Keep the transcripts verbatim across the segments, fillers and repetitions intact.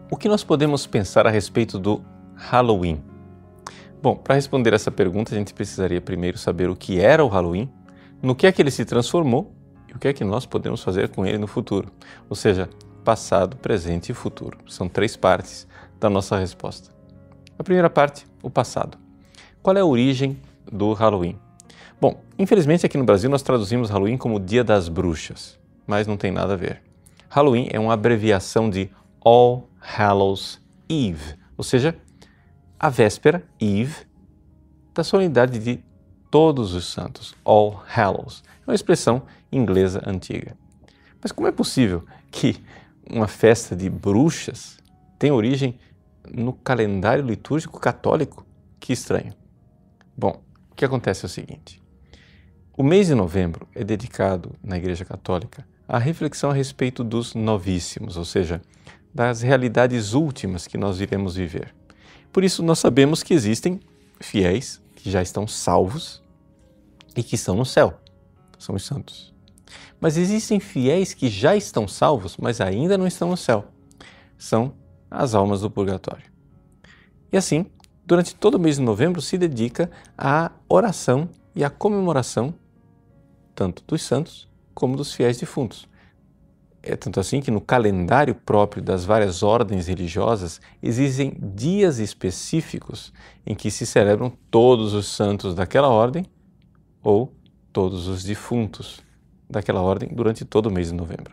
O que nós podemos pensar a respeito do Halloween? Bom, para responder essa pergunta, a gente precisaria primeiro saber o que era o Halloween, no que é que ele se transformou e o que é que nós podemos fazer com ele no futuro. Ou seja, passado, presente e futuro. São três partes da nossa resposta. A primeira parte, o passado. Qual é a origem do Halloween? Bom, infelizmente aqui no Brasil nós traduzimos Halloween como Dia das Bruxas, mas não tem nada a ver. Halloween é uma abreviação de All Hallows Eve, ou seja, a véspera, Eve, da solenidade de Todos os Santos, All Hallows. É uma expressão inglesa antiga. Mas como é possível que uma festa de bruxas tenha origem no calendário litúrgico católico? Que estranho. Bom, o que acontece é o seguinte. O mês de novembro é dedicado na Igreja Católica à reflexão a respeito dos novíssimos, ou seja, das realidades últimas que nós iremos viver. Por isso, nós sabemos que existem fiéis que já estão salvos e que estão no céu, são os santos. Mas existem fiéis que já estão salvos, mas ainda não estão no céu, são as almas do purgatório. E assim, durante todo o mês de novembro se dedica à oração e à comemoração tanto dos santos como dos fiéis defuntos. É tanto assim que no calendário próprio das várias ordens religiosas existem dias específicos em que se celebram todos os santos daquela ordem ou todos os defuntos daquela ordem durante todo o mês de novembro.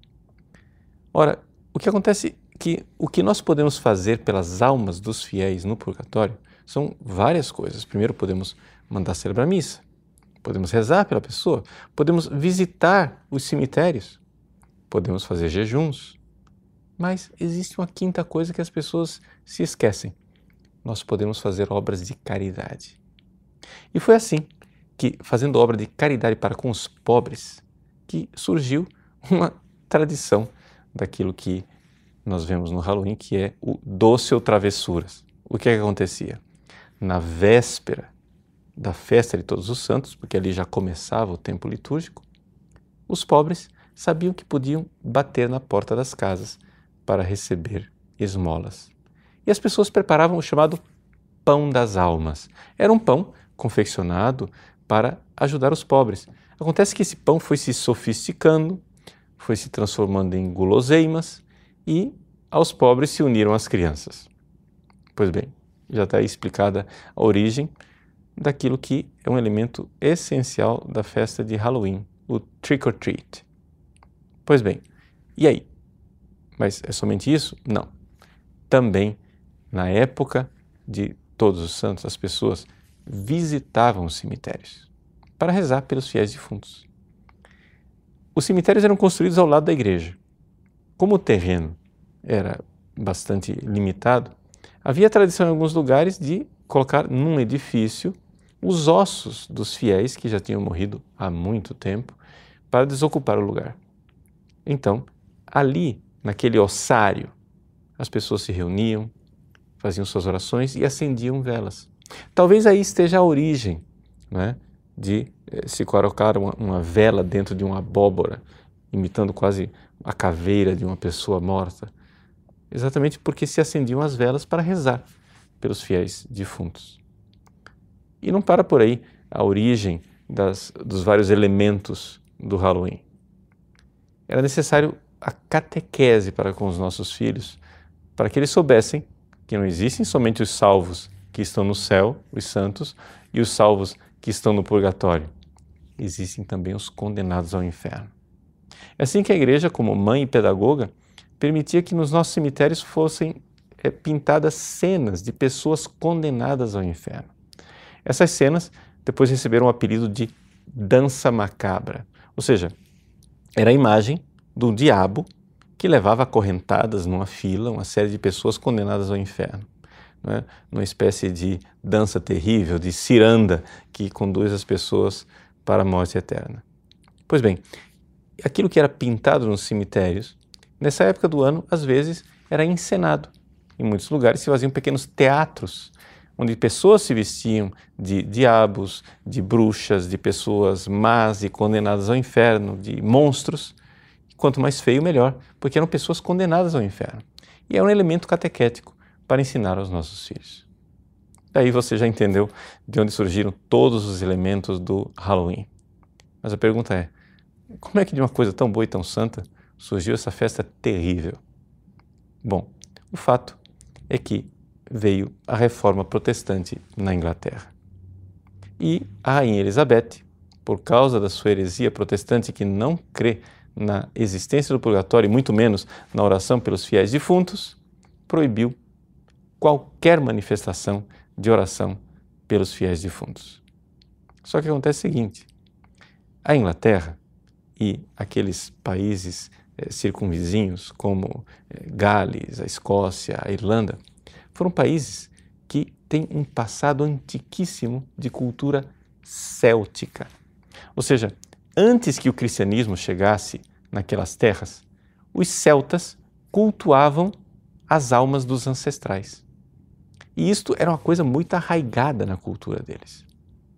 Ora, o que acontece é que o que nós podemos fazer pelas almas dos fiéis no purgatório são várias coisas. Primeiro, podemos mandar celebrar missa, podemos rezar pela pessoa, podemos visitar os cemitérios, podemos fazer jejuns, mas existe uma quinta coisa que as pessoas se esquecem. Nós podemos fazer obras de caridade. E foi assim que, fazendo obra de caridade para com os pobres, que surgiu uma tradição daquilo que nós vemos no Halloween, que é o doce ou travessuras. O que é que acontecia? Na véspera da festa de Todos os Santos, porque ali já começava o tempo litúrgico, os pobres sabiam que podiam bater na porta das casas para receber esmolas. E as pessoas preparavam o chamado pão das almas. Era um pão confeccionado para ajudar os pobres. Acontece que esse pão foi se sofisticando, foi se transformando em guloseimas e aos pobres se uniram as crianças. Pois bem, já está aí explicada a origem daquilo que é um elemento essencial da festa de Halloween, o trick or treat. Pois bem, e aí? Mas é somente isso? Não. Também, na época de Todos os Santos, as pessoas visitavam os cemitérios para rezar pelos fiéis defuntos. Os cemitérios eram construídos ao lado da igreja. Como o terreno era bastante limitado, havia tradição em alguns lugares de colocar num edifício os ossos dos fiéis que já tinham morrido há muito tempo para desocupar o lugar. Então, ali, naquele ossário, as pessoas se reuniam, faziam suas orações e acendiam velas. Talvez aí esteja a origem, né, de eh, se colocar uma, uma vela dentro de uma abóbora, imitando quase a caveira de uma pessoa morta, exatamente porque se acendiam as velas para rezar pelos fiéis defuntos. E não para por aí a origem das, dos vários elementos do Halloween. Era necessário a catequese para com os nossos filhos, para que eles soubessem que não existem somente os salvos que estão no céu, os santos, e os salvos que estão no purgatório. Existem também os condenados ao inferno. É assim que a igreja, como mãe e pedagoga, permitia que nos nossos cemitérios fossem é, pintadas cenas de pessoas condenadas ao inferno. Essas cenas depois receberam o apelido de dança macabra, ou seja, era a imagem do diabo que levava acorrentadas numa fila uma série de pessoas condenadas ao inferno, né? Numa espécie de dança terrível, de ciranda que conduz as pessoas para a morte eterna. Pois bem, aquilo que era pintado nos cemitérios, nessa época do ano, às vezes era encenado. Em muitos lugares se faziam pequenos teatros, onde pessoas se vestiam de diabos, de bruxas, de pessoas más e condenadas ao inferno, de monstros. Quanto mais feio, melhor, porque eram pessoas condenadas ao inferno. e é um elemento catequético para ensinar aos nossos filhos. Daí você já entendeu de onde surgiram todos os elementos do Halloween. Mas a pergunta é, como é que de uma coisa tão boa e tão santa surgiu essa festa terrível? Bom, o fato é que veio a reforma protestante na Inglaterra. E a Rainha Elizabeth, por causa da sua heresia protestante que não crê na existência do purgatório e muito menos na oração pelos fiéis defuntos, proibiu qualquer manifestação de oração pelos fiéis defuntos. Só que acontece o seguinte, a Inglaterra e aqueles países eh, circunvizinhos como eh, Gales, a Escócia, a Irlanda, foram países que têm um passado antiquíssimo de cultura céltica. Ou seja, antes que o cristianismo chegasse naquelas terras, os celtas cultuavam as almas dos ancestrais. E isto era uma coisa muito arraigada na cultura deles.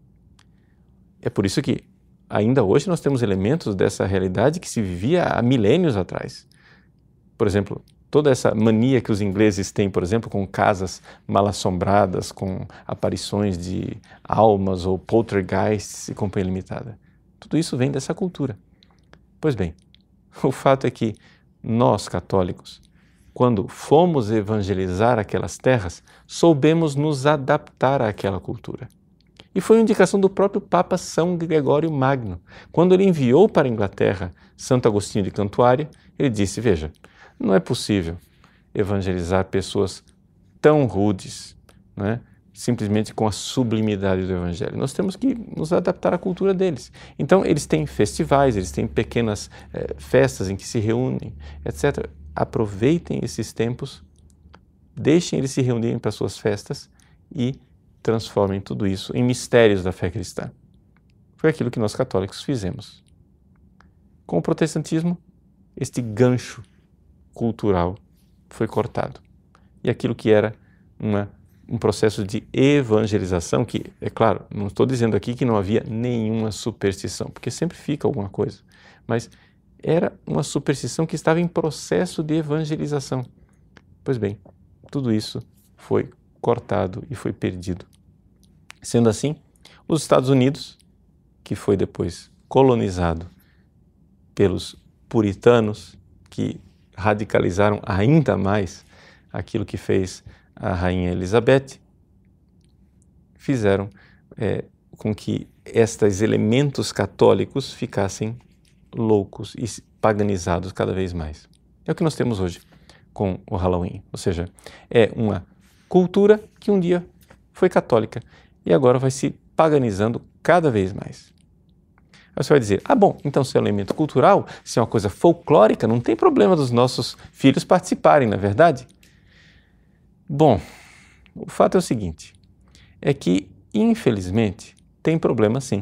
É por isso que ainda hoje nós temos elementos dessa realidade que se vivia há milênios atrás. Por exemplo, toda essa mania que os ingleses têm, por exemplo, com casas mal-assombradas, com aparições de almas ou poltergeists e companhia limitada. Tudo isso vem dessa cultura. Pois bem, o fato é que nós, católicos, quando fomos evangelizar aquelas terras, soubemos nos adaptar àquela cultura. E foi uma indicação do próprio Papa São Gregório Magno. Quando ele enviou para a Inglaterra Santo Agostinho de Cantuária, ele disse, veja, não é possível evangelizar pessoas tão rudes, né? Simplesmente com a sublimidade do Evangelho. Nós temos que nos adaptar à cultura deles. Então, eles têm festivais, eles têm pequenas eh, festas em que se reúnem, etcétera. Aproveitem esses tempos, deixem eles se reunirem para suas festas e transformem tudo isso em mistérios da fé cristã. Foi aquilo que nós católicos fizemos. Com o protestantismo, este gancho cultural foi cortado. E aquilo que era uma, um processo de evangelização, que, é claro, não estou dizendo aqui que não havia nenhuma superstição, porque sempre fica alguma coisa, mas era uma superstição que estava em processo de evangelização. Pois bem, tudo isso foi cortado e foi perdido. Sendo assim, os Estados Unidos, que foi depois colonizado pelos puritanos, que radicalizaram ainda mais aquilo que fez a Rainha Elizabeth, fizeram é, com que estes elementos católicos ficassem loucos e paganizados cada vez mais. É o que nós temos hoje com o Halloween, ou seja, é uma cultura que um dia foi católica e agora vai se paganizando cada vez mais. Aí você vai dizer, ah bom, então se é um elemento cultural, se é uma coisa folclórica, não tem problema dos nossos filhos participarem, não é verdade? Bom, o fato é o seguinte, é que, infelizmente, tem problema sim.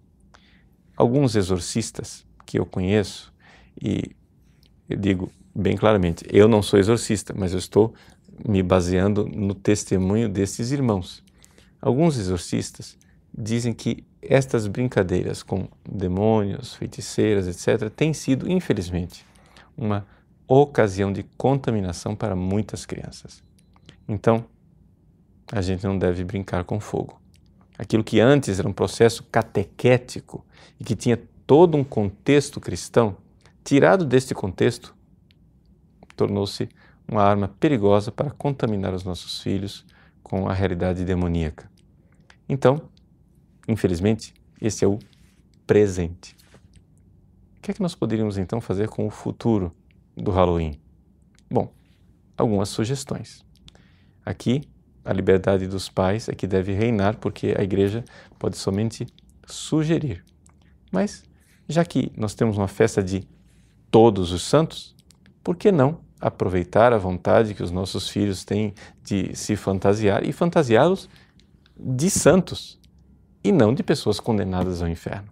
Alguns exorcistas que eu conheço, e eu digo bem claramente, eu não sou exorcista, mas eu estou me baseando no testemunho desses irmãos. Alguns exorcistas dizem que estas brincadeiras com demônios, feiticeiras, etcétera, têm sido, infelizmente, uma ocasião de contaminação para muitas crianças. Então, a gente não deve brincar com fogo. Aquilo que antes era um processo catequético e que tinha todo um contexto cristão, tirado deste contexto, tornou-se uma arma perigosa para contaminar os nossos filhos com a realidade demoníaca. Então, infelizmente, esse é o presente. O que é que nós poderíamos então fazer com o futuro do Halloween? Bom, algumas sugestões. Aqui, a liberdade dos pais é que deve reinar, porque a igreja pode somente sugerir. Mas, já que nós temos uma festa de todos os santos, por que não aproveitar a vontade que os nossos filhos têm de se fantasiar e fantasiá-los de santos e não de pessoas condenadas ao inferno?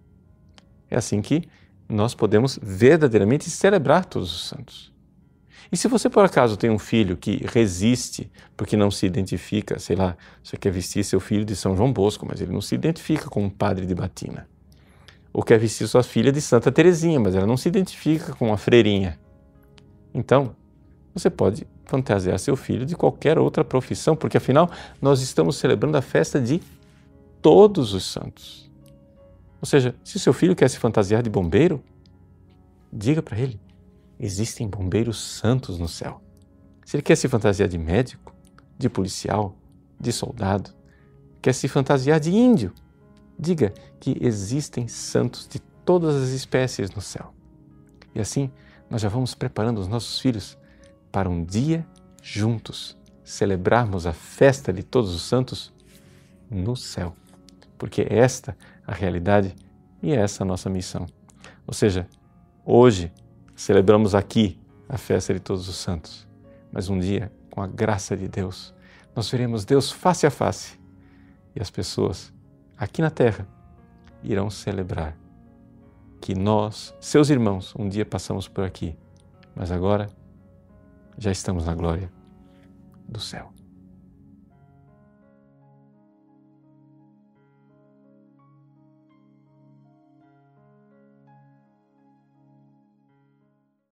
É assim que nós podemos verdadeiramente celebrar todos os santos. E se você por acaso tem um filho que resiste porque não se identifica, sei lá, você quer vestir seu filho de São João Bosco, mas ele não se identifica com um padre de batina. Ou quer vestir sua filha de Santa Teresinha, mas ela não se identifica com uma freirinha. Então, você pode fantasiar seu filho de qualquer outra profissão, porque afinal nós estamos celebrando a festa de todos os santos. Ou seja, se seu filho quer se fantasiar de bombeiro, diga para ele, existem bombeiros santos no céu. Se ele quer se fantasiar de médico, de policial, de soldado, quer se fantasiar de índio, diga que existem santos de todas as espécies no céu. E assim, nós já vamos preparando os nossos filhos para um dia juntos celebrarmos a festa de todos os santos no céu. Porque é esta a realidade e é essa a nossa missão. Ou seja, hoje celebramos aqui a festa de todos os santos, mas um dia, com a graça de Deus, nós veremos Deus face a face e as pessoas aqui na terra irão celebrar que nós, seus irmãos, um dia passamos por aqui, mas agora já estamos na glória do céu.